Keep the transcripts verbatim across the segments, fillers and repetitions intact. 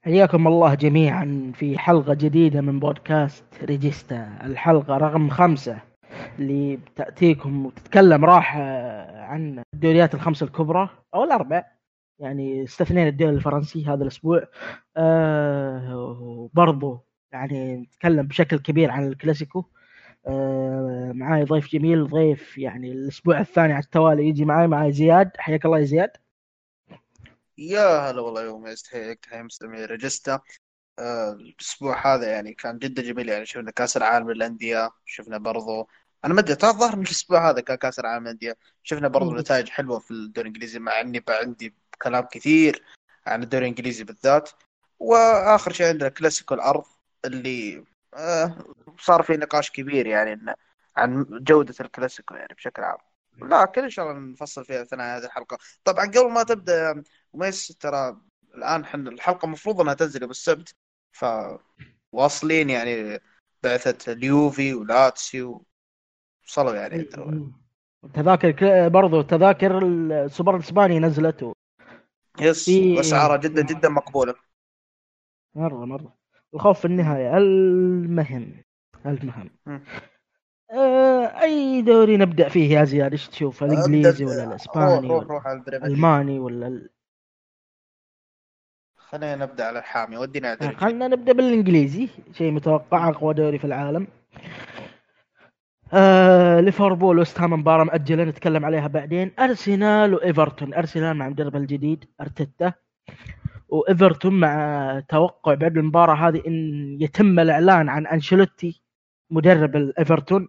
حياكم الله جميعا في حلقة جديدة من بودكاست ريجيستا، الحلقة رقم خمسة اللي تأتيكم وتتكلم راح آه، عن الدوريات الخمسة الكبرى أو الأربع. يعني استثنينا الدوري الفرنسي هذا الأسبوع. آه، وبرضو يعني نتكلم بشكل كبير عن الكلاسيكو. آه، معاي ضيف جميل، ضيف يعني الأسبوع الثاني على التوالي يجي معاي معاي زياد. حياك الله يا زياد. يا هلا والله، يوم يستحيك تحية مستمعي ريجستا. آه الأسبوع هذا يعني كان جدا جميل. يعني شفنا كأس العالم للأندية، شفنا برضو، أنا ما أدري، ترى الظاهر من الأسبوع هذا كان كأس العالم للأندية. شفنا برضو نتائج حلوة في الدوري الإنجليزي، مع إني بقى عندي كلام كثير عن الدوري الإنجليزي بالذات. وآخر شيء عندنا كلاسيكو الأرض، اللي آه صار في نقاش كبير يعني إنه عن جودة الكلاسيكو يعني بشكل عام. لكن إن شاء الله نفصل فيها أثناء هذه الحلقة. طبعا قبل ما تبدأ وميس، ترى الآن حن الحلقة المفروض أنها تنزل يوم السبت، فواصلين يعني بعثة اليوفي ولاتسيو، وصلوا يعني ترى. تذاكر ك- برضو تذاكر السوبر الإسباني نزلته يس، في وأسعارها جدا جدا مقبولة. مرة مرة. الخوف في مم. النهاية. المهم المهم مم. آه، أي دوري نبدأ فيه يا زياد؟ إيش تشوف، أبدأ. الإنجليزي ولا روح الإسباني روح ولا روح على البريمير ليج. الألماني ولا ال... خلينا نبدأ على الحامي، ودينا على آه، الدوري الإنجليزي. خلنا نبدأ بالإنجليزي. شيء متوقع، أقوى دوري في العالم. آه، ليفربول وست هام مباراة مأجلة نتكلم عليها بعدين. أرسنال وإيفرتون. أرسنال مع المدرب الجديد أرتيتا، وإيفرتون مع توقع بعد المباراة هذه إن يتم الإعلان عن أنشيلوتي مدرب الإيفرتون.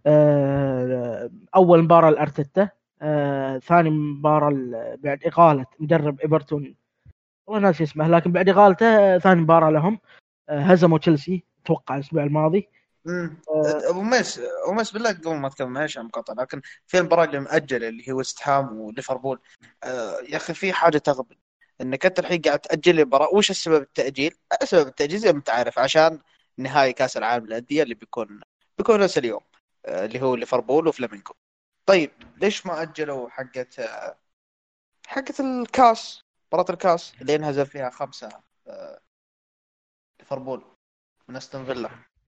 آه، اول مباراه لارتيتا. آه، ثاني مباراه ل- بعد اقاله مدرب ايفرتون، والله ناسي اسمه، لكن بعد اقالته آه، ثاني مباراه لهم. آه، هزموا تشيلسي اتوقع الاسبوع الماضي. امم آه، ابو ميس ابو ميس بالله، قبل ما اتكلم معلش عن مقاطعه، لكن في المباراه اللي مأجله اللي هي ويست هام وليفربول، آه يا اخي في حاجه تغبن، انك انت الحين قاعد تأجل المباراه. وش السبب التأجيل؟ سبب التأجيل زي ما انت عارف، عشان نهائي كأس العالم للأندية اللي بيكون بيكون نفس اليوم، آه اللي هو ليفربول وفلامينغو. طيب ليش ما أجلوا حقة حقة الكاس، مباراة الكاس اللي انهزم فيها خمسة آه ليفربول من استون فيلا؟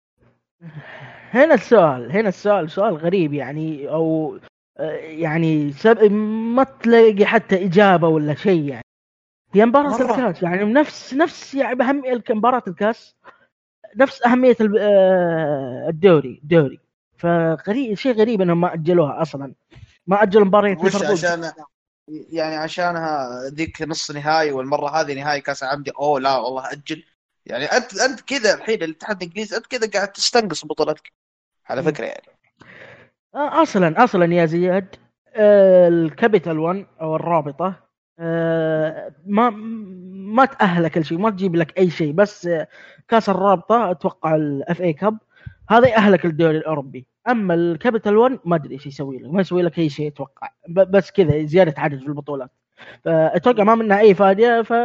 هنا السؤال هنا السؤال سؤال غريب يعني، او آه، يعني سب... ما تلاقي حتى اجابه ولا شيء يعني. هي مباراة مرة الكاس يعني نفس نفس يعني بأهمية مباراة الكاس، نفس أهمية الب- آه، الدوري الدوري. فغريب، شيء غريب انهم ما اجلوها اصلا، ما اجلوا مباراه وش ليفربول. عشان يعني عشانها ذيك نص نهائي، والمره هذه نهائي كاس العالم دي؟ اوه لا والله اجل. يعني انت انت كذا الحين الاتحاد الانجليزي، انت كذا قاعد تستنقص بطولتك على مم. فكره يعني. آه، اصلا اصلا يا زياد، آه، الكابيتال ون او الرابطه آه، ما ما تأهل كل شيء، ما تجيب لك اي شيء، بس آه، كاس الرابطه اتوقع الاف اي كاب هذا يأهلك الدوري الاوروبي. اما الكابيتال ون ما ادري ايش يسوي لك، ما يسوي لك اي شيء اتوقع، ب- بس كذا زياده عدد في البطولات. فاتوقع ما منها اي فائده، ف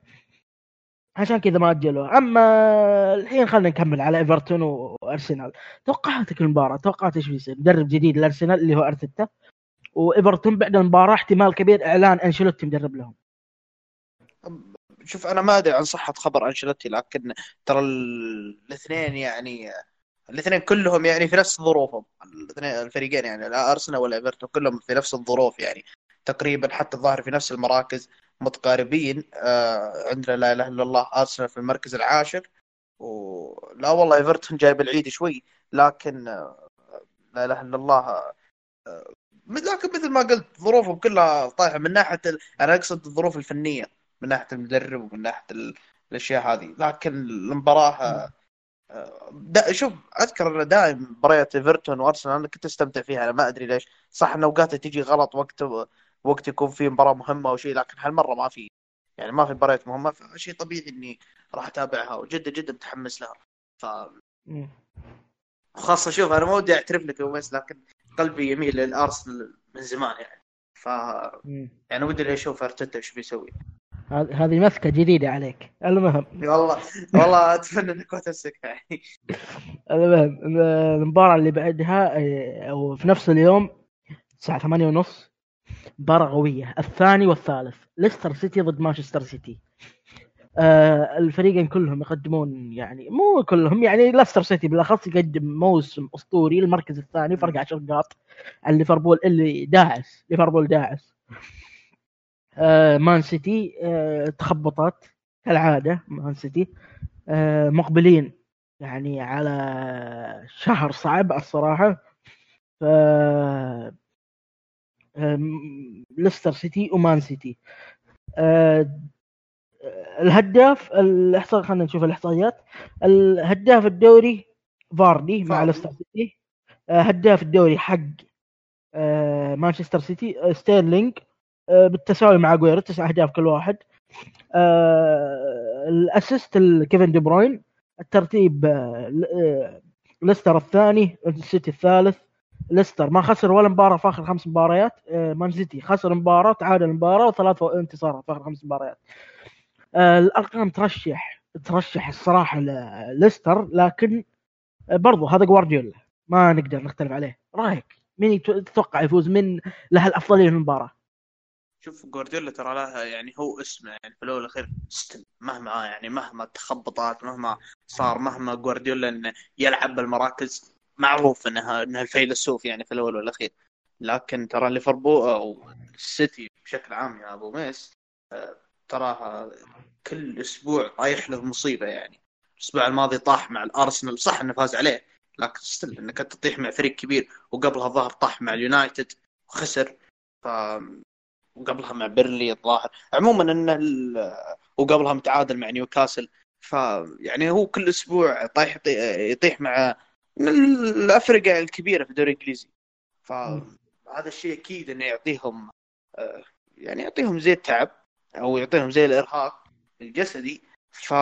عشان كذا ما اجلوها. اما الحين خلينا نكمل على ايفرتون وارسنال. توقعاتك المباراه، توقعات ايش بيصير؟ مدرب جديد لارسنال اللي هو ارتيتا، وايفرتون بعد المباراه احتمال كبير اعلان انشيلوتي مدرب لهم. شوف، انا ما ادري عن صحه خبر انشيلوتي، لكن ترى ال- الاثنين يعني الاثنين كلهم يعني في نفس ظروفهم. الاثنين الفريقين يعني لا ارسنال ولا ايفرتون كلهم في نفس الظروف يعني، تقريبا حتى الظاهر في نفس المراكز، متقاربين. آه عندنا لا اله الا الله ارسنال في المركز العاشر، ولا والله ايفرتون جايب العيد شوي، لكن آه، لا اله الا الله. آه، لكن مثل ما قلت ظروفهم كلها طايحه من ناحيه ال... انا اقصد الظروف الفنيه، من ناحيه المدرب ومن ناحيه ال... الاشياء هذه. لكن المباراه، دا شوف، اذكر ان دائما مباريات ايفرتون وارسنال انا كنت استمتع فيها. انا ما ادري ليش، صح ان اوقاتها تجي غلط وقت وقت يكون في مباراه مهمه او شيء، لكن هالمره ما في، يعني ما في مباريات مهمه، فشيء طبيعي اني راح اتابعها وجدا جدا متحمس لها. ف مم. خاصه شوف، انا ما ودي اعترف لك بس، لكن قلبي يميل للارسنال من زمان يعني. ف مم. يعني ودي اللي اشوف ارتيتا ايش بيسوي. هذه هذه مسكه جديده عليك. المهم والله والله اتمنى انك ما تمسك يعني. المهم المباراه اللي بعدها آه، او في نفس اليوم الساعه ثمانية ونص، مباراه قويه، الثاني والثالث، ليستر سيتي ضد مانشستر سيتي. آه الفريقين كلهم يقدمون، يعني مو كلهم، يعني ليستر سيتي بالاخص يقدم موسم اسطوري، المركز الثاني فرق عشر نقاط عن ليفربول اللي داعس، ليفربول داعس. آه مان سيتي آه تخبطات كالعاده، مان سيتي آه مقبلين يعني على شهر صعب الصراحه. ف آم، ليستر سيتي ومان سيتي. آه الهداف الاحصاء، خلينا نشوف الاحصائيات. الهداف الدوري فاردي مع فاردي. ليستر سيتي. آه، هداف الدوري حق آه، مانشستر سيتي آه، ستيرلينج آه، بالتساوي مع جويرو، تسع اهداف كل واحد. آه، الاسيست كيفن دي بروين. الترتيب آه، ل- آه، ليستر الثاني، السيتي الثالث. ليستر ما خسر ولا مباراة في آخر خمس مباريات. آه، مان سيتي خسر مباراة، تعادل مباراة، وثلاث انتصارات في آخر خمس مباريات. آه، الارقام ترشح ترشح الصراحه لليستر، لكن برضو هذا جوارديولا ما نقدر نختلف عليه. رايك مين يت- تتوقع يفوز، من له الافضليه في المباراه؟ شوف جوارديولا ترى لها يعني هو اسمه يعني في الاول والاخير ستيل، مهما يعني مهما تخبطات مهما صار، مهما جوارديولا انه يلعب بالمراكز، معروف انها انها الفيلسوف يعني في الاول والاخير. لكن ترى ليفربول او السيتي بشكل عام يا ابو ميس، آه، تراها كل اسبوع طايح له مصيبه يعني. الاسبوع الماضي طاح مع الارسنال، صح انه فاز عليه، لكن ستيل انك انت تطيح مع فريق كبير، وقبلها ظهر طاح مع اليونايتد وخسر. ف وقبلها مع بيرلي الظاهر عموما ان ال... وقبلها متعادل مع نيوكاسل. ف يعني هو كل اسبوع طايح يطيح مع من الافرقه الكبيره في الدوري الانجليزي. فهذا الشيء اكيد انه يعطيهم آه، يعني يعطيهم زي التعب، او يعطيهم زي الارهاق الجسدي. ف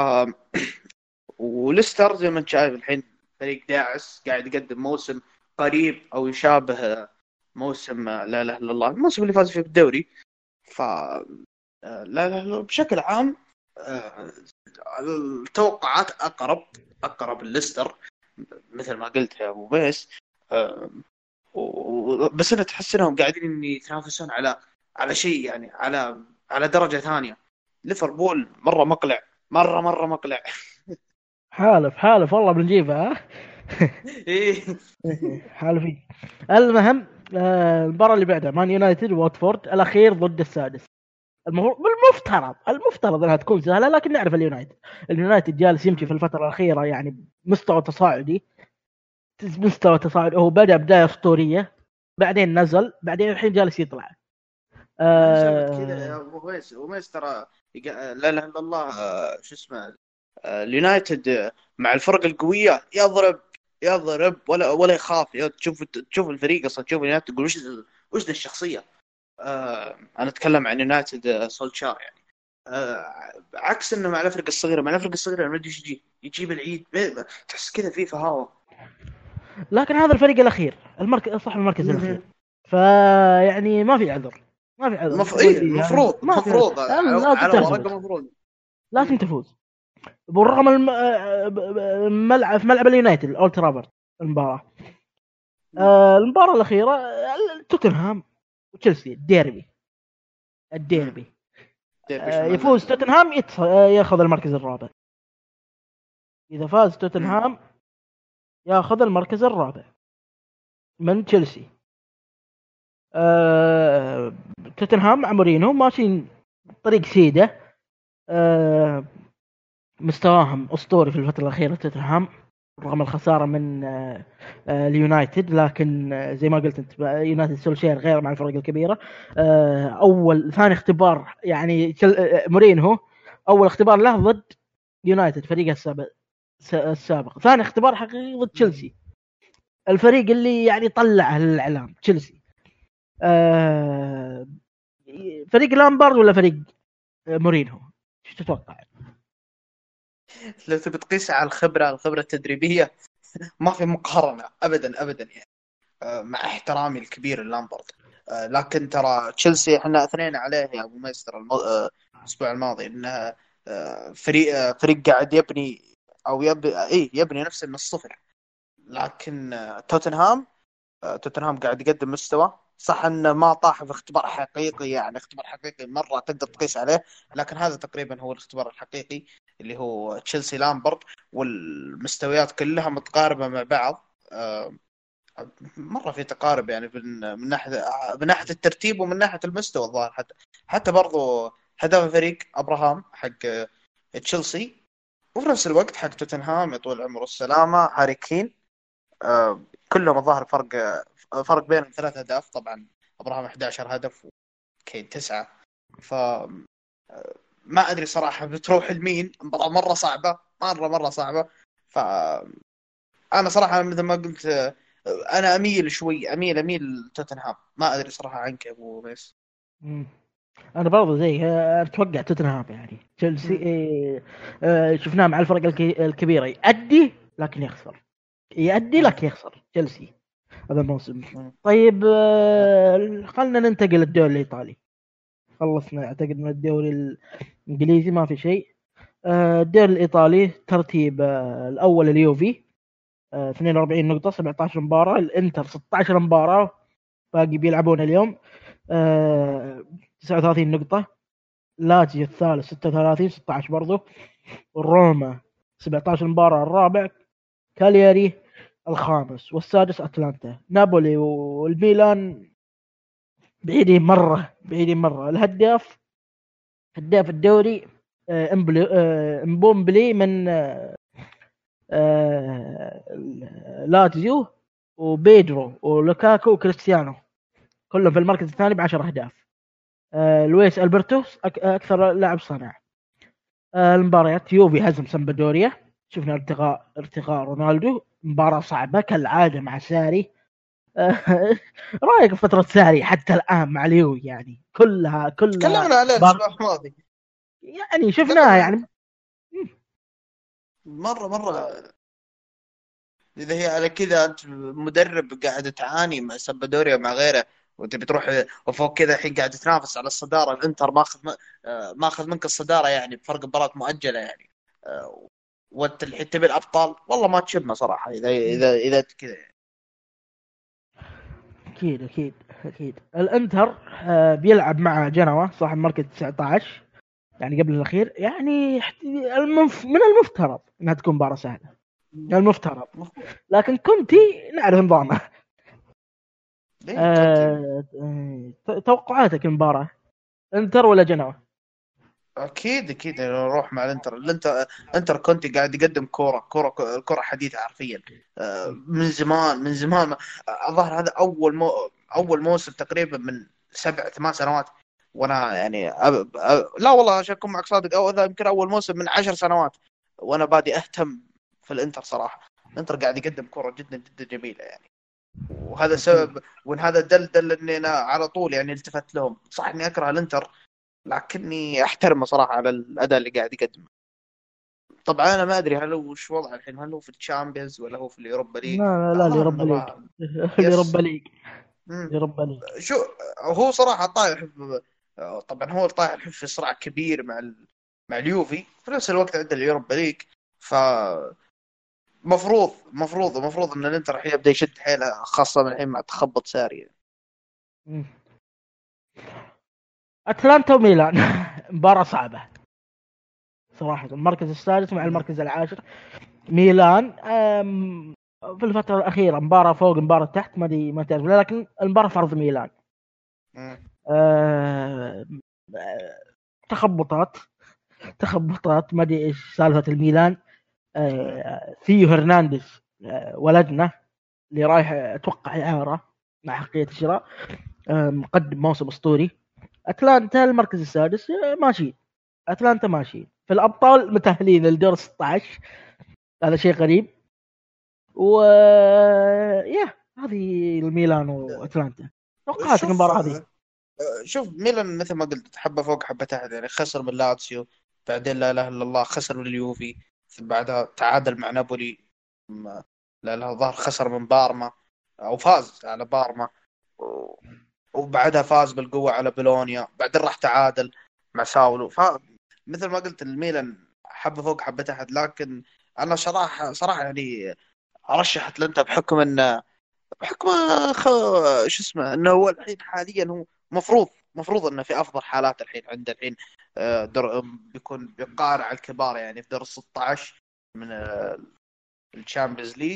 وليستر زي ما انت شايف الحين فريق داعس، قاعد يقدم موسم قريب او يشابه موسم لا اله الا الله الموسم اللي فاز فيه بالدوري. ف لا لا لا، بشكل عام آه، التوقعات اقرب اقرب الليستر مثل ما قلت يا ابو بيس. آه، و- بس انا تحس انهم قاعدين يتنافسون على على شيء يعني على على درجة ثانية. ليفربول مرة مقلع، مرة مرة مقلع. حالف حالف والله بنجيبها. ايه. حالفين. المهم آه، المباراه اللي بعدها مان يونايتد واتفورد، الاخير ضد السادس. المفروض المفترض المفترض انها تكون سهله، لكن نعرف اليونايتد اليونايتد جالس يمشي في الفتره الاخيره يعني مستوى تصاعدي. مستوى تصاعدي، هو بدا بدايه اسطوريه، بعدين نزل، بعدين الحين جالس يطلع. ما هي سالفة كذا يا آه ابو ويس، وميس ترى يق- لا اله الا الله. آه، شو اسمه، آه، اليونايتد آه، مع الفرق القوية يضرب يضرب ولا ولا يخاف. يا تشوف تشوف الفريق اصلا، تشوف اليونايتد تقول وش ذا- وش ذا الشخصية. آه، انا اتكلم عن يونايتد آه، سولشار يعني. آه، عكس انه مع الافرق الصغيرة، مع الافرق الصغيرة ما ادري ايش يجي يجيب العيد، تحس كذا فيه فهاوة. لكن هذا الفريق الاخير، المركز صح، المركز الاخير. فيعني ما في عذر، ما في عذر المف... تقول ايه لي يعني المفروض ما في عذر. المفروض على لازم على ورقة تفوز، المفروض. لازم تفوز. بالرغم الم... الملعب في ملعب اليونايتد الاولد ترافورد. المباراه آه، المباراه الاخيره آه، توتنهام وتشيلسي، الديربي الديربي. ديربي آه، شمال يفوز لندن. توتنهام يتص... آه، ياخذ المركز الرابع. اذا فاز توتنهام ياخذ المركز الرابع من تشيلسي. آه، توتنهام مع مورينو ماشيين طريق سيده. آه، مستواهم اسطوري في الفتره الاخيره توتنهام، رغم الخساره من آه، آه، اليونايتد، لكن آه، زي ما قلت انت يونايتد سولشير غير مع الفرق الكبيره. آه، اول ثاني اختبار يعني تشل- آه، مورينهو اول اختبار له ضد يونايتد فريقه السابق السابق ثاني اختبار حقيقي ضد تشيلسي، الفريق اللي يعني طلع الاعلام تشيلسي. آه، فريق لامبارد ولا فريق آه، مورينهو؟ ايش تتوقع؟ لو تبي تقيس على الخبرة الخبرة التدريبية، ما في مقارنة أبدا أبدا يعني. آه، مع احترامي الكبير للامبرد. آه، لكن ترى تشيلسي احنا اثنين عليه يا ابو ميستر المو... آه، الاسبوع الماضي انها آه، فريق آه، فريق قاعد يبني او يب... ايه يبني نفسه من الصفر. لكن آه، توتنهام آه، توتنهام قاعد يقدم مستوى صح انه ما طاح في اختبار حقيقي، يعني اختبار حقيقي مره تقدر تقيس عليه، لكن هذا تقريبا هو الاختبار الحقيقي اللي هو تشيلسي لامبرد، والمستويات كلها متقاربه مع بعض. آه، مره في تقارب يعني من من ناحيه من ناحيه الترتيب ومن ناحيه المستوى الظاهر. حتى حتى برضو هداف الفريق ابراهام حق آه، تشيلسي، وفي نفس الوقت حق توتنهام يطول العمر والسلامه هاري كين. آه، كلهم الظاهر فرق آه، فرق بينهم ثلاث اهداف طبعا. ابراهام أحد عشر هدف وكين تسعه. ف ما ادري صراحه بتروح لمين. مباراه مره صعبه، مره مره صعبه. ف انا صراحه مثل ما قلت آه، انا اميل شوي، اميل اميل توتنهام. ما ادري صراحه عنك يا ابو ميس. مم. انا برضو زي آه، اتوقع توتنهام يعني تشيلسي مم. آه، آه، شفناه مع الفرق الك- الكبيره يأدي لكن يخسر، يأدي مم. لكن يخسر تشيلسي هذا الموسم. مم. طيب آه، خلنا ننتقل للدوري الايطالي. خلصنا اعتقد من الدوري الانجليزي ما في شيء. آه، الدوري الايطالي ترتيب آه، الاول اليوفي آه، اثنين وأربعين نقطه، سبعة عشر مباراه. الانتر ستة عشر مباراه باقي بيلعبون اليوم، آه، تسعة وثلاثين نقطه. لاتسيو الثالث ستة وثلاثين ستة عشر برضه. روما سبعة عشر مباراة الرابع. كالياري الخامس، والسادس أتلانتا. نابولي والميلان بعيدين مرة، بعيدين مرة. الهداف هداف الدوري آه، امبلي آه، امبومبلي من آه، آه، لاتزيو، وبيدرو ولوكاكو وكريستيانو كلهم في المركز الثاني بعشر أهداف. آه، لويس ألبرتو أك- أكثر لاعب صنع. آه، المباريات يوفي هزم سامبدوريا، شفنا ارتقاء ارتقاء رونالدو. مباراة صعبة كالعادة مع ساري. آه، رايك في فترة ساري حتى الآن مع اليوفي؟ يعني كلها كلها تكلمنا عليه بار... الاسبوع الماضي. يعني شفناها تكلمنا يعني. مره مره. اذا هي على كذا انت مدرب قاعد تعاني مع سبادوريا مع غيره، وانت بتروح وفوق كذا الحين قاعد تنافس على الصداره. الانتر ماخذ آه، ماخذ منك الصداره يعني بفرق مباراه مؤجله يعني. آه، وانت الحين تبي الابطال، والله ما تشمه صراحه اذا اذا اذا كذا يعني. أكيد أكيد أكيد. الإنتر آه، بيلعب مع جنوة صاحب المركز تسعة عشر يعني قبل الأخير. يعني المف... من المفترض أنها تكون مباراة سهلة، من المفترض. المفروض. لكن كنتي نعرف نظامه. ليه كنت؟ آه، آه، توقعاتك المباراة انتر ولا جنوة؟ اكيد اكيد نروح مع الانتر. الانتر انتر كونتي قاعد يقدم كوره كوره كوره حديثه حرفيا. آه، من زمان من زمان ما- الظاهر هذا اول مو اول موسم تقريبا من سبع ثمان سنوات. وانا يعني أب... أب... لا والله عشان اكون معك صادق، او اذا يمكن اول موسم من عشر سنوات وانا بادي اهتم في الانتر صراحه. الانتر قاعد يقدم كوره جدا جدا جميله يعني. وهذا أكيد. سبب، وان هذا دل دل اني انا على طول يعني التفت لهم. صح اني اكره الانتر لكني احترمه صراحه على الاداء اللي قاعد يقدمه. طبعا انا ما ادري هل هو وش وضعه الحين، هل هو في الشامبيونز ولا هو في اليوروبا ليج. لا لا، لا ظهر اليوروبا انه ليج. ما. اليوروبا يس. ليج. مم. اليوروبا ليج. شو هو صراحه طايح ب- طبعا هو طايح الحين في صراع كبير مع ال... مع اليوفي في نفس الوقت عنده اليوروبا ليج. ف مفروض مفروض مفروض ان الانتر الحين يبدا يشد حيله، خاصه من الحين مع تخبط ساري. مم. اتلانتا وميلان مباراة صعبة صراحة. المركز السادس مع مم. المركز العاشر. ميلان أم، في الفترة الأخيرة مباراة فوق مباراة تحت، ما ادري ما تعرف، لكن المباراة فرض ميلان. مم. أه، أه، تخبطات تخبطات ما ادري ايش سالفة الميلان. مم. أه، ثيو هرنانديز أه، ولدنا اللي رايح اتوقع اعاره مع حقية الشراء، أه، مقدم موسم اسطوري. اتلانتا المركز السادس أه، ماشي. اتلانتا ماشي في الابطال، متاهلين للدور ستة عشر. هذا شيء غريب. و يا هذه الميلان واتلانتا. توقعاتك شوف المباراة هذه؟ شوف ميلان مثل ما قلت حبه فوق حبه تحت يعني. خسر من لاتسيو، بعدين لا اله الا الله خسر من اليوفي، ثم بعدها تعادل مع نابولي، ثم لا له ظهر خسر من بارما او فاز على بارما، و- وبعدها فاز بالقوه على بولونيا، بعدين راح تعادل مع ساولو. فمثل ما قلت الميلان حبه فوق حبه تحت. لكن انا صراحه صراحه يعني ارشح اتلانتا بحكم ان بحكم خ... شو اسمه انه هو الحين حاليا هو مفروض مفروض انه في افضل حالات الحين عنده الحين آه، در... بيكون بيقارع الكبار يعني في دور ستة عشر من الشامبيونز ليج.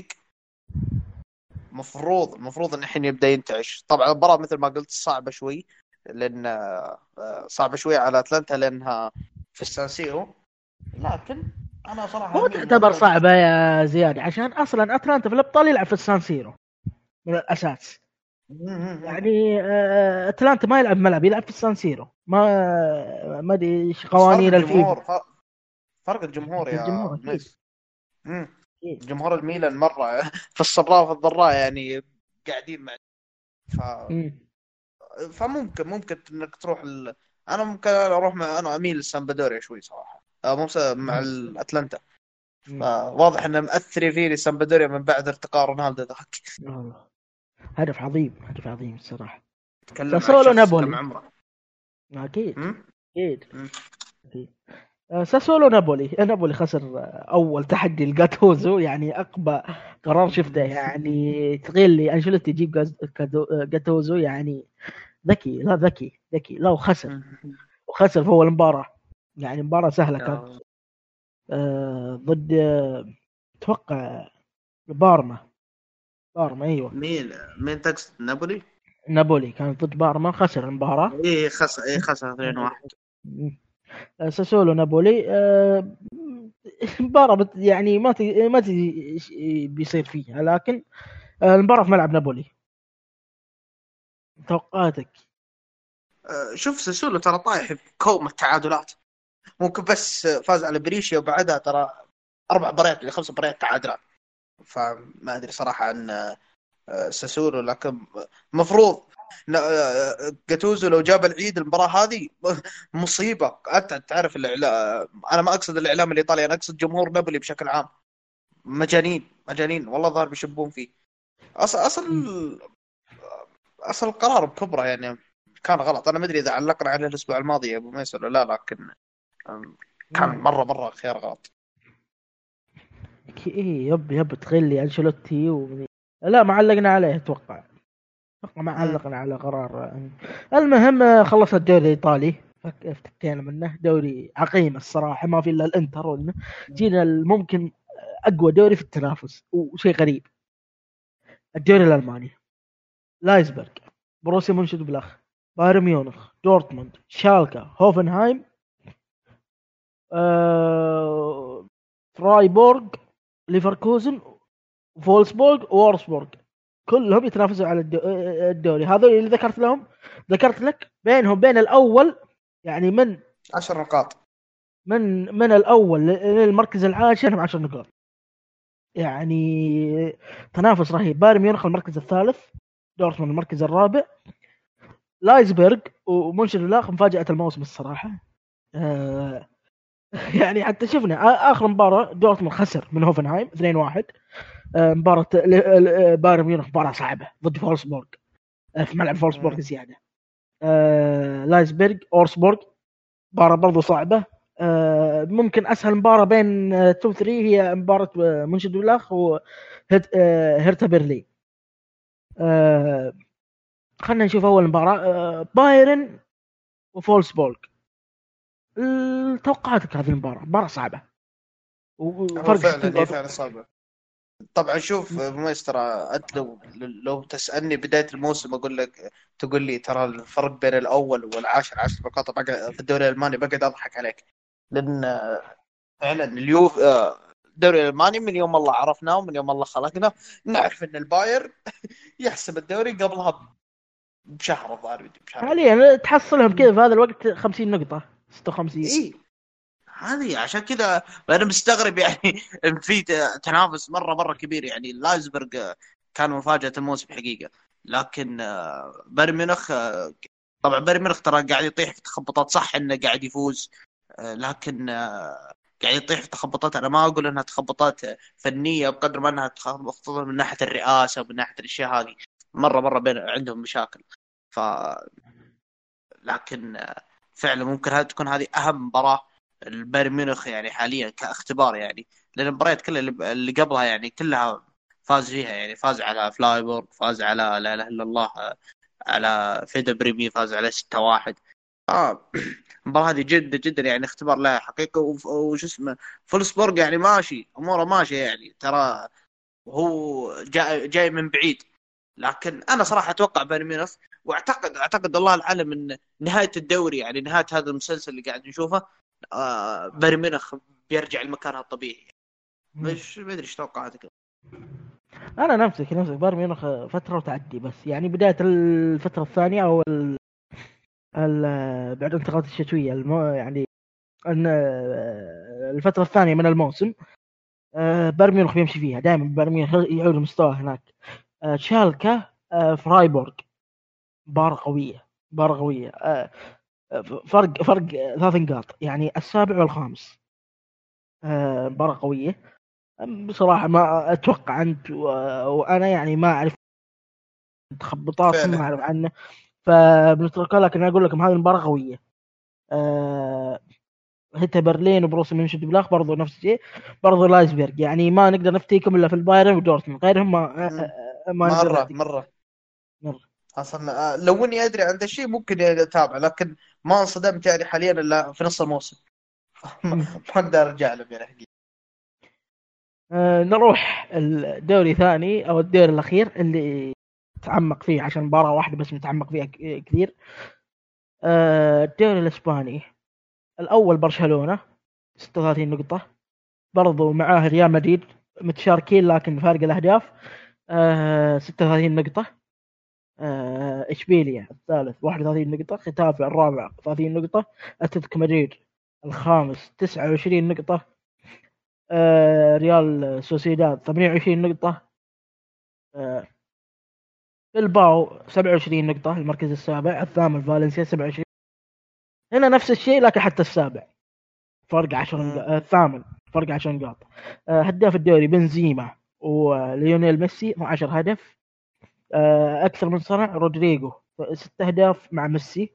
مفروض مفروض ان الحين يبدا ينتعش. طبعا المباراه مثل ما قلت صعبه شوي، لان آه، صعبه شوي على اتلانتا لانها في السانسيرو. لكن انا صراحه مو اميل تعتبر لاتلانتا. صعبة يا زياد، عشان أصلا أتلانتا في الأبطال يلعب في السان سيرو من الأساس. يعني آه، أتلانتا ما يلعب ملعب، يلعب في السان سيرو. ما ما أدري إيش بس فرق قوانين الفيفا. الجمهور فرق, فرق الجمهور يا الجمهور أكيد. ميس. مم. أكيد. جمهور الميلان مرة في السراء وفي الضراء يعني قاعدين مع ف... مم. فممكن ممكن انك تروح ال... انا ممكن اروح مع انا اميل لسامبدوريا شوي صراحة، آه، مو س- مع مم. الاتلانتا. مم. فواضح انه مأثر فيني سامبدوريا من بعد ارتقاء رونالدو ذاك. والله هدف عظيم، هدف عظيم الصراحة. تكلم عن ساسولو شخص كم نابولي. عمره. أكيد. هم؟ أكيد. هم؟ أكيد. آه، ساسولو نابولي. نابولي خسر آه، أول تحدي لجاتوزو، يعني أقبى قرار شفته. يعني تغير لي أنشيلوتي يجيب جاز- كادو- آه، جاتوزو، يعني ذكي. لا ذكي ذكي لا، وخسر. هم. وخسر في أول مباراة. يعني مباراة سهلة كانت. يا آه، ضد آه، أتوقع بارما. بارما أيوه. مين مين تقصد نابولي؟ نابولي كانت ضد بارما، خسر المباراة. ايه خسر ايه خسر اثنين واحد. آه، ساسولو نابولي. آه، مباراة بت- يعني ما ت- ما تدري إيش بيصير فيها، لكن آه، المباراة في ملعب نابولي. توقعاتك؟ آه، شوف ساسولو ترى طايح بكوم التعادلات. ممكن بس فاز على بريشيا وبعدها ترى اربع مباريات ولا خمس مباريات تعادلات. فما ادري صراحه عن آه، ساسولو، لكن مفروض ن- آه، جاتوزو لو جاب العيد المباراه هذه مصيبه. انت تعرف الاعلام، انا ما اقصد الاعلام الايطالي، انا اقصد جمهور نابولي بشكل عام. مجانين مجانين والله، ظهر بيشبون فيه. اصل اصل مم. اصل القرار بكبره يعني كان غلط. انا ما ادري اذا علقنا عليه الاسبوع الماضي يا ابو ميسر ولا لا، لكن آم، كان مم. مره مره خيار غلط. إيه يب يب تخلي أنشيلوتي و... لا، ما علقنا عليه. أتوقع أتوقع ما مم. علقنا على قرار. آه، المهم آه، خلصنا الدوري الإيطالي. فك- افتكينا منه. دوري عقيم الصراحة، ما في إلا الإنتر والن- جينا ممكن أقوى دوري في التنافس. وشيء غريب، الدوري الألماني. لايزبرغ، بروسيا مونشنجلادباخ، بايرن ميونخ، دورتموند، شالكا، هوفنهايم، آه... فرايبورغ، ليفركوزن، فولسبورغ، وورسبورغ. كلهم يتنافسوا على الدو- الدوري. هذول اللي ذكرت لهم، ذكرت لك بينهم بين الاول، يعني من عشر نقاط. من من الاول للمركز العاشر عشر نقاط. يعني تنافس رهيب. بايرن ميونخ المركز الثالث، دورتموند المركز الرابع، لايزبرغ ومونشنجلادباخ مفاجأة الموسم الصراحة. آه يعني حتى شفنا آ- اخر مباراة دورتموند خسر من هوفنهايم اثنين واحد. آه مباراة ل- ل- بايرن ميونخ مباراة صعبة ضد فولسبورغ، آه في ملعب فولسبورغ مم. زيادة. آه لايزبرغ اورسبورغ مباراة برضو صعبة. آه ممكن اسهل مباراة بين آه توب ثلاثة هي مباراة آه مونشنجلادباخ وهيرتا برلين. آه خلينا نشوف اول مباراة. آه بايرن وفولسبورغ. ال- توقعاتك هذه المباراة؟ مباراة صعبة هو وفرق ستين فعلا هي نقطة. فعلا صعبة. طبعا شوف أبو ميس، ترى انت لو لو تسالني بدايه الموسم اقول لك، تقول لي ترى الفرق بين الاول والعاشر عشر نقاط بقى في الدوري الالماني، بقعد اضحك عليك. لان فعلا اليوف آه، الدوري الالماني من يوم الله عرفناه ومن يوم الله خلقنا نعرف ان الباير يحسم الدوري قبلها بشهر الظاهر، بشهرين. حاليا تحصلهم كذا في هذا الوقت خمسين نقطة، ستة وخمسين. اي هذه عشان كذا انا مستغرب يعني إن في تنافس مره مره كبير. يعني لايزبرغ كان مفاجاه الموسم حقيقه، لكن آه، بايرن ميونخ آه، طبعا بايرن ميونخ ترى قاعد يطيح في تخبطات. صح انه قاعد يفوز، آه، لكن آه، قاعد يطيح في تخبطات. انا ما اقول انها تخبطات فنيه بقدر ما انها تخبطات من ناحيه الرئاسه ومن ناحيه الاشياء هذه. مره مره بين عندهم مشاكل. ف لكن آه، فعلا ممكن هذه تكون هذه اهم مباراه البايرن ميونخ يعني حاليا كاختبار. يعني لان المباريات كلها اللي اللي قبلها يعني كلها فاز فيها يعني، فاز على فلايبورغ، فاز على لا اله الا الله، على فيدا بريمي، فاز على ستة واحد. اه المباراة هذه جدا جدا يعني اختبار لها حقيقة. وف- وش اسمه، فولسبورغ يعني ماشي اموره ماشية يعني ترى، وهو جاي جاي من بعيد. لكن انا صراحة اتوقع بايرن ميونخ، واعتقد اعتقد الله العالم ان نهاية الدوري يعني نهاية هذا المسلسل اللي قاعد نشوفه، آه بايرن ميونخ بيرجع لمكانها الطبيعي. مم. مش ما ادري ايش توقعاتك. انا نفسك نفسك بايرن ميونخ فتره وتعدي، بس يعني بدايه الفتره الثانيه او ال... ال... بعد الانتقالات الشتويه المو... يعني أن... الفتره الثانيه من الموسم، آه، بايرن ميونخ بيمشي فيها دائما. بايرن ميونخ يعود مستواه هناك. آه، شالكا، آه، فرايبورغ، مباراة قوية، مباراة قوية. آه، فرق فرق ثلاث نقاط يعني السابع والخامس. آه، مباراة قوية بصراحة. ما أتوقع أنت و- وأنا يعني ما أعرف تخبطاتهم، ما فعلا. أعرف عنه، فبنتركها. لكن أقول لكم هذه المباراة قوية. آه، هتا برلين وبروسيا مönchengladbach بلاخ برضو نفس الشيء، برضو لايزبيرغ. يعني ما نقدر نفتيكم إلا في البايرن ودورتموند، غيرهم ما, آه، مم. آه، ما نقدر مرة نفتيكم. مرة. يلا. اصلا آه، لو اني ادري عن ذا الشيء ممكن يعني اتابع، لكن ما انصدمت يعني حاليا الا في نص الموسم. ما مم. ما اقدر ارجع لهم يعني حقيقة. آه، نروح الدوري ثاني او الدوري الاخير اللي تعمق فيه، عشان مباراة واحدة بس متعمق فيها ك- كثير. آه، الدوري الاسباني الاول برشلونة ستة وثلاثين نقطة، برضو معاه ريال مدريد متشاركين لكن فارق الاهداف. آه، ستة وثلاثين نقطة. آه، اشبيليا الثالث واحد وثلاثين نقطة، ختافي الرابع ثلاثين نقطة، اتلتيكو مدريد الخامس تسعة وعشرين نقطة، آه، ريال سوسيداد ثمانية وعشرين نقطة، آه، بلباو سبعة وعشرين نقطة المركز السابع، الثامن فالنسيا سبعة وعشرين. هنا نفس الشيء لكن حتى السابع فرق عشر نقاط، مم. آه، الثامن فرق عشر نقاط. آه، هداف الدوري بنزيما وليونيل ميسي اثنا عشر هدف. آه، اكثر من صنع رودريجو ست اهداف مع ميسي.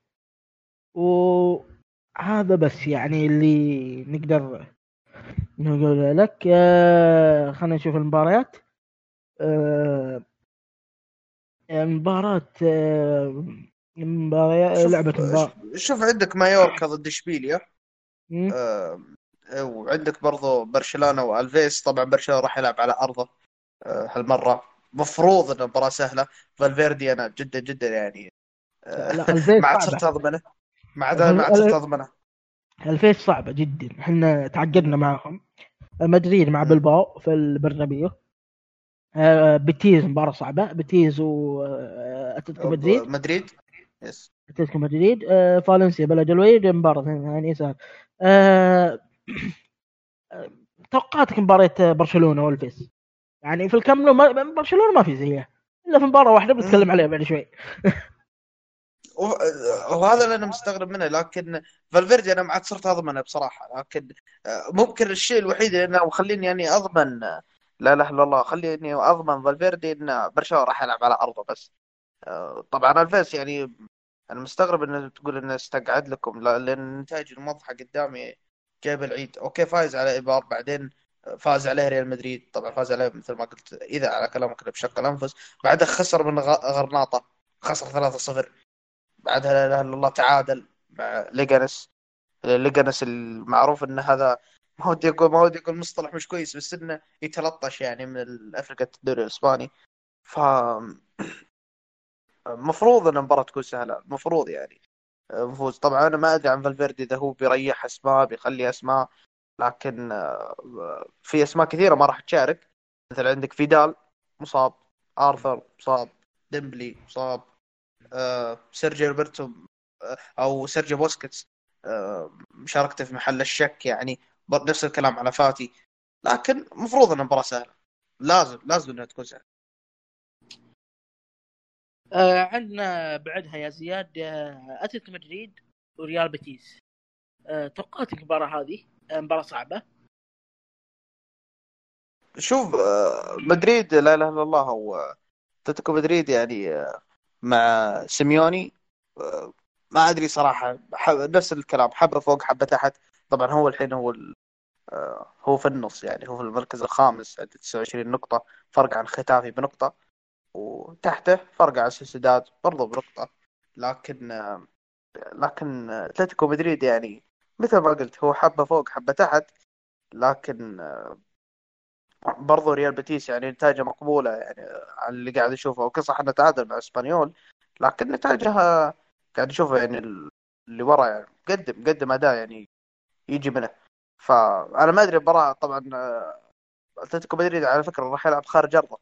وهذا بس يعني اللي نقدر نقول لك. آه، خلينا نشوف المباريات. آه، مباراة آه، مباراة شوف لعبة مباراة. شوف عندك مايوركا ضد اشبيليا، آه، وعندك برضو برشلونة والفيس. طبعا برشلونة راح يلعب على ارضه آه، هالمرة. مفروض انه مباراة سهلة. فالفيردي انا جدا جدا يعني آه، لا الفيس ما عاد صعبة. صرت اضمنه. ما عاد ما عاد صرت الف- اضمنه. الفيس صعبة جدا، احنا تعقدنا معهم. مدريد مع مم. بلباو في البرنابيو. آه، بيتيز مباراة صعبة، بيتيز واتلتيكو ب- مدريد. مدريد. يس. اتلتيكو مدريد، آه، فالنسيا بلد الوليد مباراة يعني سهل. آه، توقعاتك مباراة برشلونة والفيس؟ يعني في الكامب نو ما- برشلونة ما في زيها الا في مباراة واحدة مم. بنتكلم عليها بعد شوي. و- وهذا اللي انا مستغرب منه. لكن فالفيردي انا ما عاد صرت اضمنه بصراحه. لكن آه، ممكن الشيء الوحيد اللي انا مخليني يعني اضمن آه، لا اله الا الله، خليني اضمن فالفيردي ان برشلونه راح يلعب على ارضه بس. آه، طبعا الفيس يعني انا مستغرب ان تقول انه استقعد لكم، لا- لان النتائج الموضحه قدامي جايب العيد. اوكي فايز على ايبار، بعدين فاز عليه ريال مدريد، طبعا فاز عليه مثل ما قلت اذا على كلامك إنه بشق الانفس. بعدها خسر من غ- غرناطه، خسر ثلاثة صفر. بعدها لا اله الا الله تعادل مع ليجانس. ليجانس المعروف ان هذا، ما ودي اقول ما ودي اقول مصطلح مش كويس، بس انه يتلطش يعني من افريقيا الدوري الاسباني. ف المفروض ان المباراه تكون سهله، المفروض يعني نفوز. طبعا انا ما ادري عن فالفيردي اذا هو بيريح اسماء بيخلي اسماء، لكن آه، في اسماء كثيره ما راح تشارك. مثل عندك فيدال مصاب، ارثر مصاب، ديمبلي مصاب، آه، سيرجيو روبرتو آه، او سيرجيو بوسكيتس آه، مشاركته في محل الشك يعني. بر- نفس الكلام على فاتي. لكن المفروض ان المباراه سهله، لازم لازم انها تكون سهله. آه، عندنا بعدها يا زياد آه، اتلتيكو مدريد وريال بيتيس. آه، توقعت المباراة هذه آه، مباراة صعبة. شوف آه، مدريد لا اله الا الله، هو اتلتيكو مدريد يعني آه، مع سيميوني آه، ما ادري صراحه. ح- نفس الكلام، حبه فوق حبه تحت. طبعا هو الحين هو آه، هو في النص يعني، هو في المركز الخامس عنده تسعة وعشرين نقطة، فرق عن ختافي بنقطة، وتحته فرق عن سوسيداد برضه بنقطة. لكن آه، لكن آه، اتلتيكو مدريد يعني مثل ما قلت هو حبة فوق حبة تحت. لكن آه، برضه ريال بيتيس يعني نتائجه مقبولة يعني، على اللي قاعد اشوفه. اوكي صح انه تعادل مع اسبانيول، لكن نتائجها قاعد اشوفه يعني اللي ورا يعني قدم قدم اداء يعني يجي منه. فانا ما ادري المباراة طبعا. آه، اتلتيكو مدريد على فكرة راح يلعب خارج ارضه،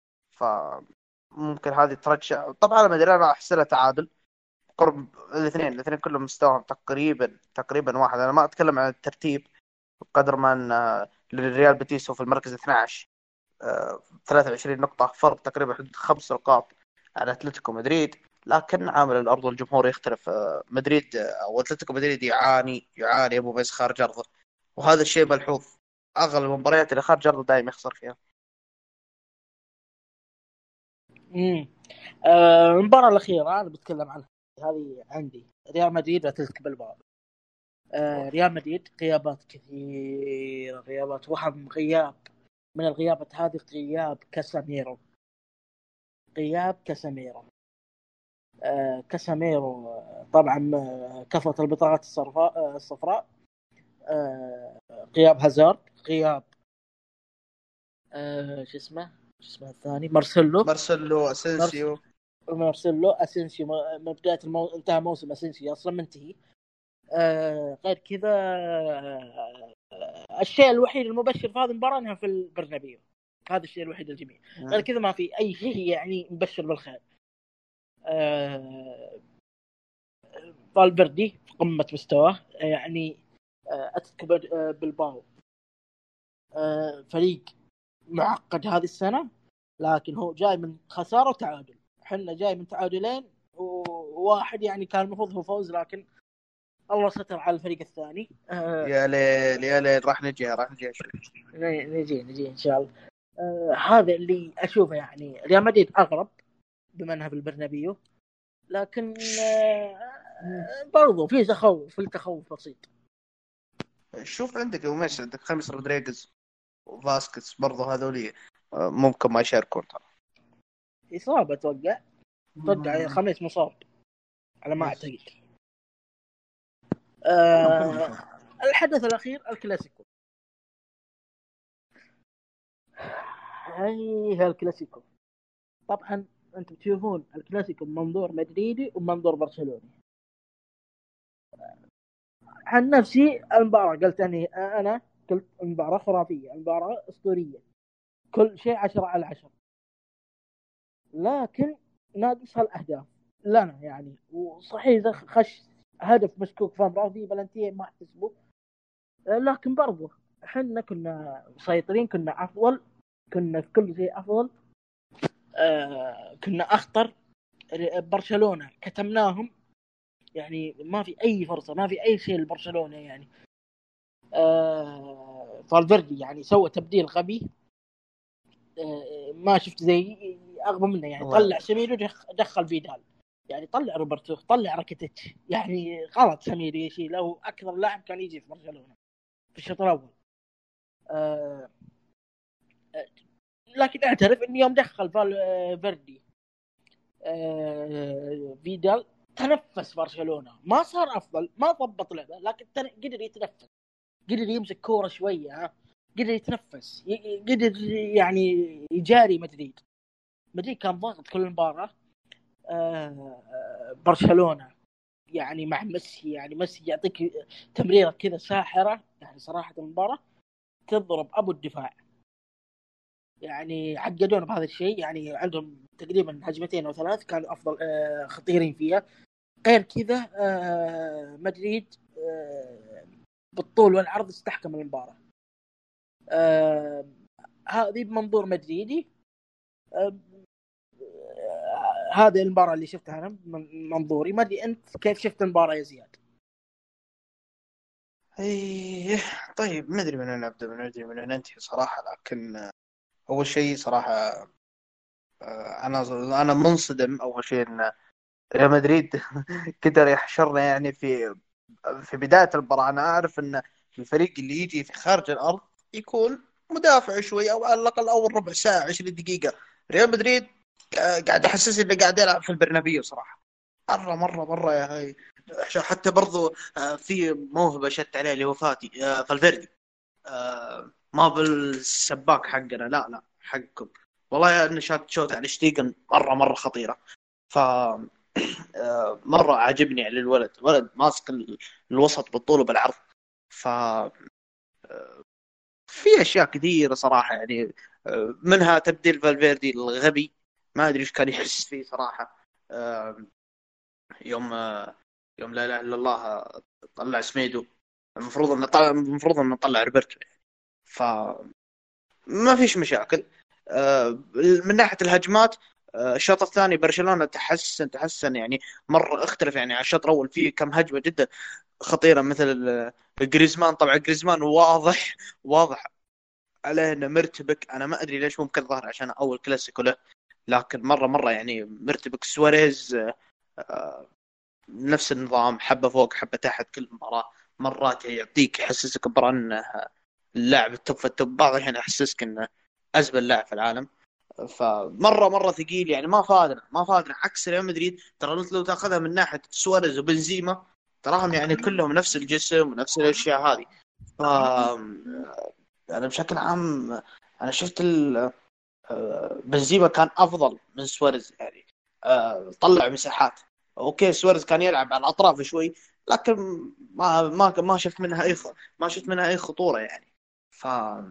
فممكن هذه ترجع. طبعا انا ما ادري، انا احسها تعادل قرب. الاثنين الاثنين كلهم مستواهم تقريبا تقريبا واحد. انا ما اتكلم عن الترتيب قدر ما ان آه، الريال بيتيس هو في المركز اثنا عشر، آه، ثلاثة وعشرين نقطة، فرق تقريبا حدود خمس نقاط على اتلتيكو مدريد. لكن عامل الارض والجمهور يختلف. آه، مدريد آه، او اتلتيكو مدريد يعاني يعاني ابو بس خارج ارضه، وهذا الشيء ملحوظ. اغلب المباريات اللي خارج ارضه دائما يخسر فيها. امم آه، المباراة الأخيرة أنا بتكلم عنها، هذه عندي ريال مدريد وأتلتيك بالباو. آه، ريال مدريد غيابات كثيرة، غيابات وهم غياب من الغيابات هذه، غياب كاساميرو، غياب كاساميرو. آه، كاساميرو آه، طبعا آه، كثرة البطاقات الصفراء آه، الصفراء. آه، غياب هازارد، غياب آه، شو اسمه شو اسمه الثاني، مارسيلو. مارسيلو مارس اسينسيو. مارسيلو اسينسيو، من بداية المو... انتهى موسم اسينسيو اصلا منتهي. آه، غير كذا آه، الشيء الوحيد المبشر في هذه المباراة انها في البرنابيو، هذا الشيء الوحيد الجميل. غير كذا ما في اي شيء يعني مبشر بالخير. آه، فالفيردي في قمة مستواه يعني. آه، اتلتيكو بل- آه، بلباو آه، فريق معقد هذه السنة، لكن هو جاي من خسارة وتعادل، حنا جاي من تعادلين وواحد يعني كان المفروض هو فوز، لكن الله ستر على الفريق الثاني. آه، يا ليل يا ليل، راح نجيها راح نجيها شوي. نجي نجي ان شاء الله. آه، هذا اللي اشوفه يعني. ريال مدريد اغرب بما انها في البرنابيو، لكن آه، برضو في تخوف، في تخوف بسيط. شوف عندك ومش عندك خميس رودريغيز وفاسكس برضه هذولي آه، ممكن ما يشاركون ترى. اصابه اتوقع، اتوقع خميس مصاب على ما اعتقد. آه، الحدث الاخير الكلاسيكو. هي الكلاسيكو طبعا انتم تشوفون الكلاسيكو بمنظور مدريدي ومنظور برشلوني. عن نفسي المباراة قلت أني أنا قلت المباراة خرافية، المباراة أسطورية، كل شيء عشرة على عشرة، لكن ناقصها الأهداف لنا يعني. وصحيح إذا خش هدف مشكوك في مباراة في بلنتيه ما احتسبه، لكن برضو احنا كنا مسيطرين، كنا أفضل، كنا في كل شيء أفضل. آه كنا أخطر. برشلونة كتمناهم يعني، ما في أي فرصة، ما في أي شيء لبرشلونة يعني. آه فالفيردي يعني سوى تبديل غبي، آه ما شفت زي اغبى منه يعني. هو طلع سميرو دخل فيدال، يعني طلع روبرتو، طلع راكيتيتش، يعني غلط سميرو يشيل له اكثر لاعب كان يجي في برشلونة في الشوط الاول. آه لكن اعترف ان يوم دخل فالفيردي آه فيدال تنفس برشلونة، ما صار افضل، ما ضبط لعبه، لكن قدر يتنفس، قدر يمسك كوره شويه، ها قدر يتنفس، قدر يعني يجاري مدريد. مدريد كان ضاغط كل المباراة. آه برشلونة يعني مع ميسي، يعني ميسي يعطيك تمريرة كذا ساحرة يعني، صراحة المباراة تضرب أبو الدفاع يعني. عقدونا بهذا الشيء يعني، عندهم تقريبا هجمتين أو ثلاث كانوا أفضل آه خطيرين فيها. غير كذا آه مدريد آه بالطول والعرض استحكم المباراة. آه هذه بمنظور مدريدي. آه هذه المباراة اللي شفتها أنا من منظوري. ما أدري أنت كيف شفت المباراة يا زياد؟ ايه طيب، ما ادري من وين ابدا، من ادري من وين ننتهي صراحه. لكن آه، اول شيء صراحه آه، انا انا منصدم اول شيء ان ريال مدريد قدر يحشرنا يعني في في بدايه المباراه. انا اعرف ان الفريق اللي يجي في خارج الارض يكون مدافع شوي، او على الاقل اول ربع ساعه عشرين دقيقه. ريال مدريد آه، قاعد احسس انه قاعد يلعب في البرنابيو صراحه، مره مره مره يا هاي. حتى برضو آه، في موهبه شت عليه اللي هو فاتي آه، فالفيردي. آه، ما بالسباك حقنا، لا لا حقكم. والله يا انه شات شوت على شتيجن مره مره خطيره. ف آه، مره عاجبني على الولد، ولد ماسك ال- الوسط بالطول وبالعرض. ف في اشياء كثيره صراحه يعني. آه، منها تبديل فالفيردي الغبي، ما ادري ايش كان يحس فيه صراحه. آه، يوم آه، يوم لا اله الا الله آه، طلع سميدو. المفروض انه طلع المفروض انه طلع روبرتو. ف ما فيش مشاكل. آه، من ناحيه الهجمات آه، الشوط الثاني برشلونه تحسن تحسن يعني، مره اختلف يعني عن الشوط الاول. فيه كم هجمه جدا خطيره، مثل آه، جريزمان. طبعا جريزمان واضح واضح عليه انه مرتبك. انا ما ادري ليش، ممكن ظهر عشان اول كلاسيكو له، لكن مره مره يعني مرتبك. سواريز آه، نفس النظام، حبه فوق حبه تحت كل مباراه. مرات يعطيك يحسسك برا اللاعب التوب في التوب، بعض الحين يحسسك انه ازبل لاعب في العالم. فمره مره ثقيل يعني، ما فادنا ما فادنا عكس ريال مدريد. ترى انت لو تاخذها من ناحيه سواريز وبنزيما، تراهم يعني كلهم نفس الجسم ونفس الاشياء هذه. ف انا بشكل عام انا شفت ال- آه، بنزيما كان افضل من سواريز يعني. آه، طلع مساحات. اوكي سواريز كان يلعب على الاطراف شوي، لكن ما ما ما شفت منها اي خ- ما شفت منها اي خطوره يعني. ف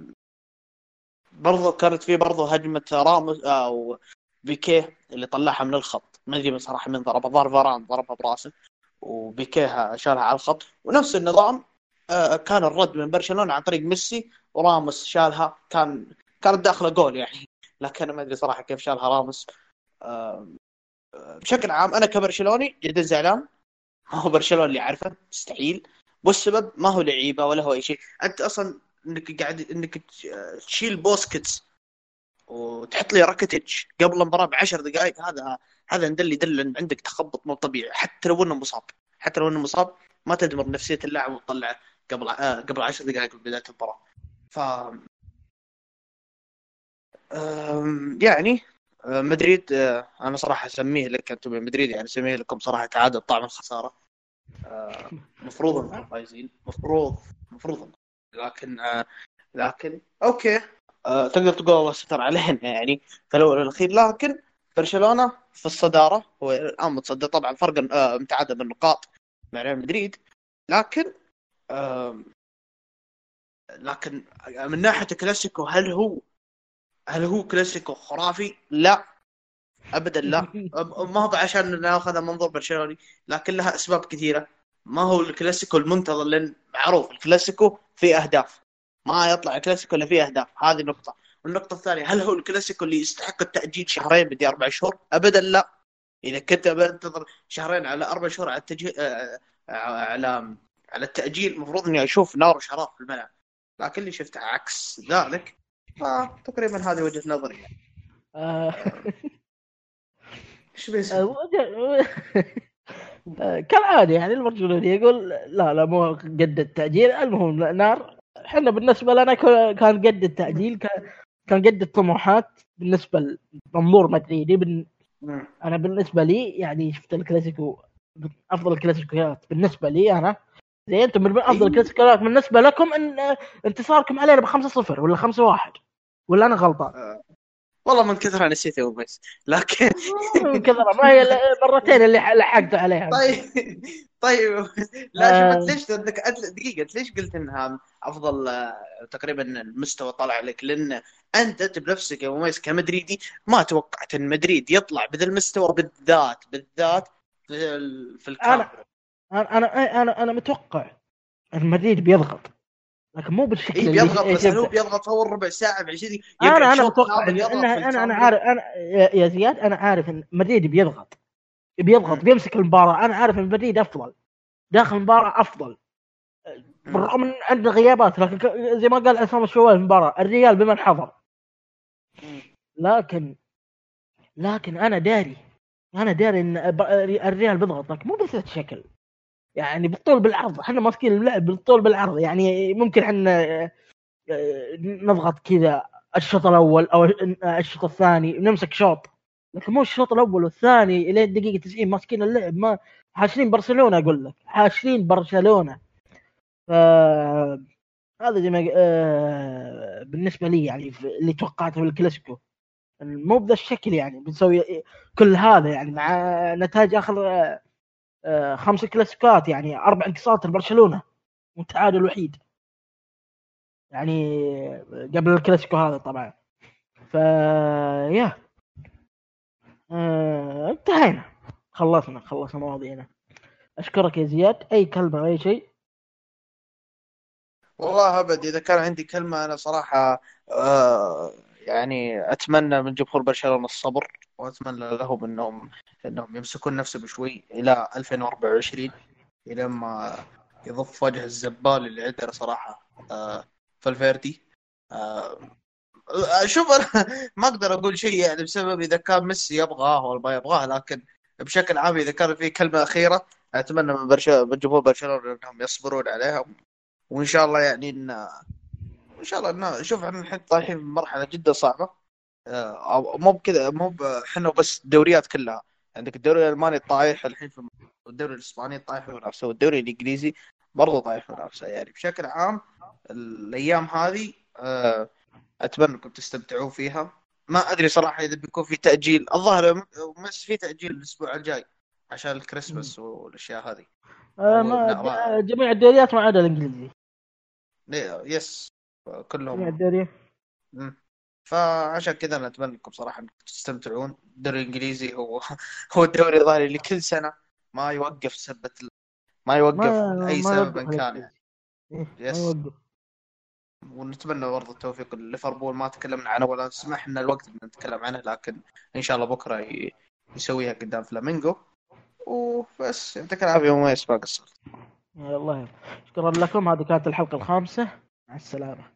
برضو كانت في برضو هجمة راموس أو بيكيه اللي طلعها من الخط، ما أدري صراحة من ضربة، ظهر فاران ضربها براسه وبيكيه شالها على الخط. ونفس النظام آه، كان الرد من برشلونة عن طريق ميسي، وراموس شالها. كان كانت داخلة جول يعني، لكن أنا ما أدري صراحة كيف شالها راموس. آه، بشكل عام أنا كبرشلوني جدا زعلان. ما هو برشلونة اللي عارفه مستحيل. والسبب ما هو لعيبة ولا هو أي شيء. أنت أصلا انك قاعد انك تشيل بوسكيتس وتحط لي راكيتيتش قبل المباراه بعشر دقائق، هذا هذا يدل يدل ان عندك تخبط مو طبيعي. حتى لو انه مصاب، حتى لو انه مصاب ما تدمر نفسيه اللاعب وتطلعه قبل آه قبل عشر دقائق من بدايه المباراه. ف آم، يعني آه، مدريد آه، انا صراحه اسميه لك انتم يا مدريد يعني، اسميه لكم صراحه تعادل طعم الخساره. آه، مفروض انكم فايزين، مفروض مفروض. لكن آه، لكن اوكي آه، تقدر تقول الله ستر علينا يعني في الاول والاخير. لكن برشلونه في الصداره، هو الان متصدر طبعا، فرق آه، متعادل بالنقاط مع ريال مدريد. لكن آه، لكن من ناحيه كلاسيكو، هل هو هل هو كلاسيكو خرافي؟ لا ابدا لا. أب- ما هو عشان ناخذها منظور برشلوني، لكن لها اسباب كثيره. ما هو الكلاسيكو المنتظر، لان معروف الكلاسيكو فيه اهداف. ما يطلع الكلاسيكو الا فيه اهداف، هذه نقطه. والنقطه الثانيه، هل هو الكلاسيكو اللي يستحق التاجيل شهرين بدي اربع شهور؟ ابدا لا. اذا كنت بنتظر شهرين على اربع شهور على التجي... آه، آه، على على التاجيل، المفروض اني اشوف نار وشراب في الملعب. لكن اللي شفته عكس ذلك. فتقريبا هذه وجهه نظري يعني. آه، آه، ايش بيصير؟ آه، آه، كالعادة يعني البرشلوني يقول لا لا مو قد التأجيل، المهم نار. احنا بالنسبة لنا ك- كان قد التأجيل، كان كان قد الطموحات بالنسبة لمنظور مدريدي. بن... مم. أنا بالنسبة لي يعني شفت الكلاسيكو من أفضل الكلاسيكوات بالنسبة لي أنا. زي أنتم من اي أفضل الكلاسيكوات بالنسبة لكم أن آه، انتصاركم علينا بخمسة صفر ولا خمسة واحد، ولا أنا غلطان؟ آه، والله من كثرها نسيت يا بس. لكن كذا ما هي مرتين اللي لحقت عليها أنتم. طيب طيب. لا شوف، انت آه، ليش بدك أدل- دقيقه، أنت ليش قلت انها افضل آه، تقريبا المستوى طلع عليك؟ لان انت أنت بنفسك يا مميز كمدريدي ما توقعت ان مدريد يطلع بذا المستوى، بالذات بالذات في ال- في أنا الكامب. انا انا انا انا متوقع ان مدريد بيضغط، لكن مو بالشكل اي اللي بيضغط، بس هل هو شفته. بيضغط اول ربع ساعه بعشرين يقعد انا انا شوط متوقع كامل ان يضغط في انها انا انا الكامب نو؟ عارف انا يا يا زياد، انا عارف ان مدريد بيضغط بيضغط مم. بيمسك المباراه. انا عارف ان مدريد افضل داخل المباراه افضل، مم. بالرغم من عنده غيابات. لكن ك- زي ما قال عصام الشوالي في المباراه، الريال بمن حضر. مم. لكن لكن انا داري انا داري ان ب- الريال بيضغط، لكن مو بنفس الشكل. يعني بالطول بالعرض، احنا ماسكين اللعب بالطول بالعرض. يعني ممكن احنا آه، نضغط كذا الشوط الاول او الشوط الثاني نمسك شوط، لكن مو الشوط الاول والثاني الى الدقيقه تسعين ماسكين اللعب. ما حاشرين برشلونه، اقول لك حاشرين برشلونه. ف هذا زي ما آه، بالنسبه لي يعني اللي توقعته في الكلاسيكو، مو بذا الشكل يعني بنسوي كل هذا يعني مع نتائج اخر آه، خمس كلاسيكات، يعني اربع انتصارات لبرشلونه والتعادل الوحيد يعني قبل الكلاسيكو هذا طبعا. ف يا آه، انتهينا، خلصنا خلصنا مواضيعنا. اشكرك يا زياد، اي كلمه او اي شيء. والله ابد اذا كان عندي كلمه انا صراحه آه يعني اتمنى من جمهور برشلونه الصبر، واتمنى لهم انهم انهم يمسكون نفسه بشوي الى ألفين وأربعة وعشرين، الى ما يضف وجه الزبال اللي عندنا صراحه آه فالفيردي. آه شوف انا ما اقدر اقول شيء يعني بسبب اذا كان ميسي يبغاه ولا ما يبغاه، لكن بشكل عام اذا كان في كلمه اخيره اتمنى من برشلونه من جمهور برشلونه انهم يصبرون عليها، وان شاء الله يعني ان ان شاء الله إن شوف احنا الحين طايحين في مرحله جدا صعبه. آه، مو بكذا، مو ب- احنا بس الدوريات كلها. عندك الدوري الالماني طايح الحين في، والدوري الاسباني طايح في منافسه، والدوري الانجليزي برضه طايح في منافسه. يعني بشكل عام الايام هذه آه، اتمنى انكم تستمتعون فيها. ما ادري صراحه اذا بيكون في تاجيل، الظاهر مس في تاجيل الاسبوع الجاي عشان الكريسماس والاشياء هذه. آه، او ما لا، ج- جميع الدوريات ما عدا الانجليزي. ما- يس جميع كلهم. الدوري. مم. فعشان كذا انا اتمنى لكم صراحه انكم تستمتعون. الدوري الانجليزي هو هو الدوري الظاهري اللي كل سنه ما يوقف سبة، ما يوقف ما لاي ما سبب يوقف كان يعني. الانجليزي. إيه ما يس. يوقف. ونتمنى برضه التوفيق لليفربول، ما تكلمنا عنه ولا سمحنا الوقت ان نتكلم عنه، لكن ان شاء الله بكره ي- يسويها قدام فلامينغو. وبس يعطيك العافيه وما يسبق قصر. يا الله، شكرا لكم. هذه كانت الحلقه الخامسه. مع السلامه.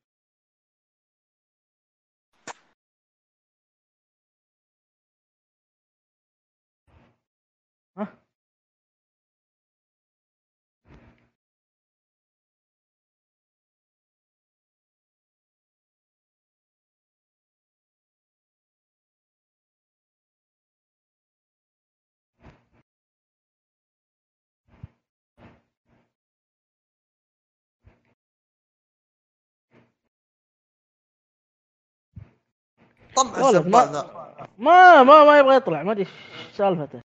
ها. طلع يا ولد الزبال ذا. ما ما ما, ما يبغى يطلع، ما ادري ايش سالفته.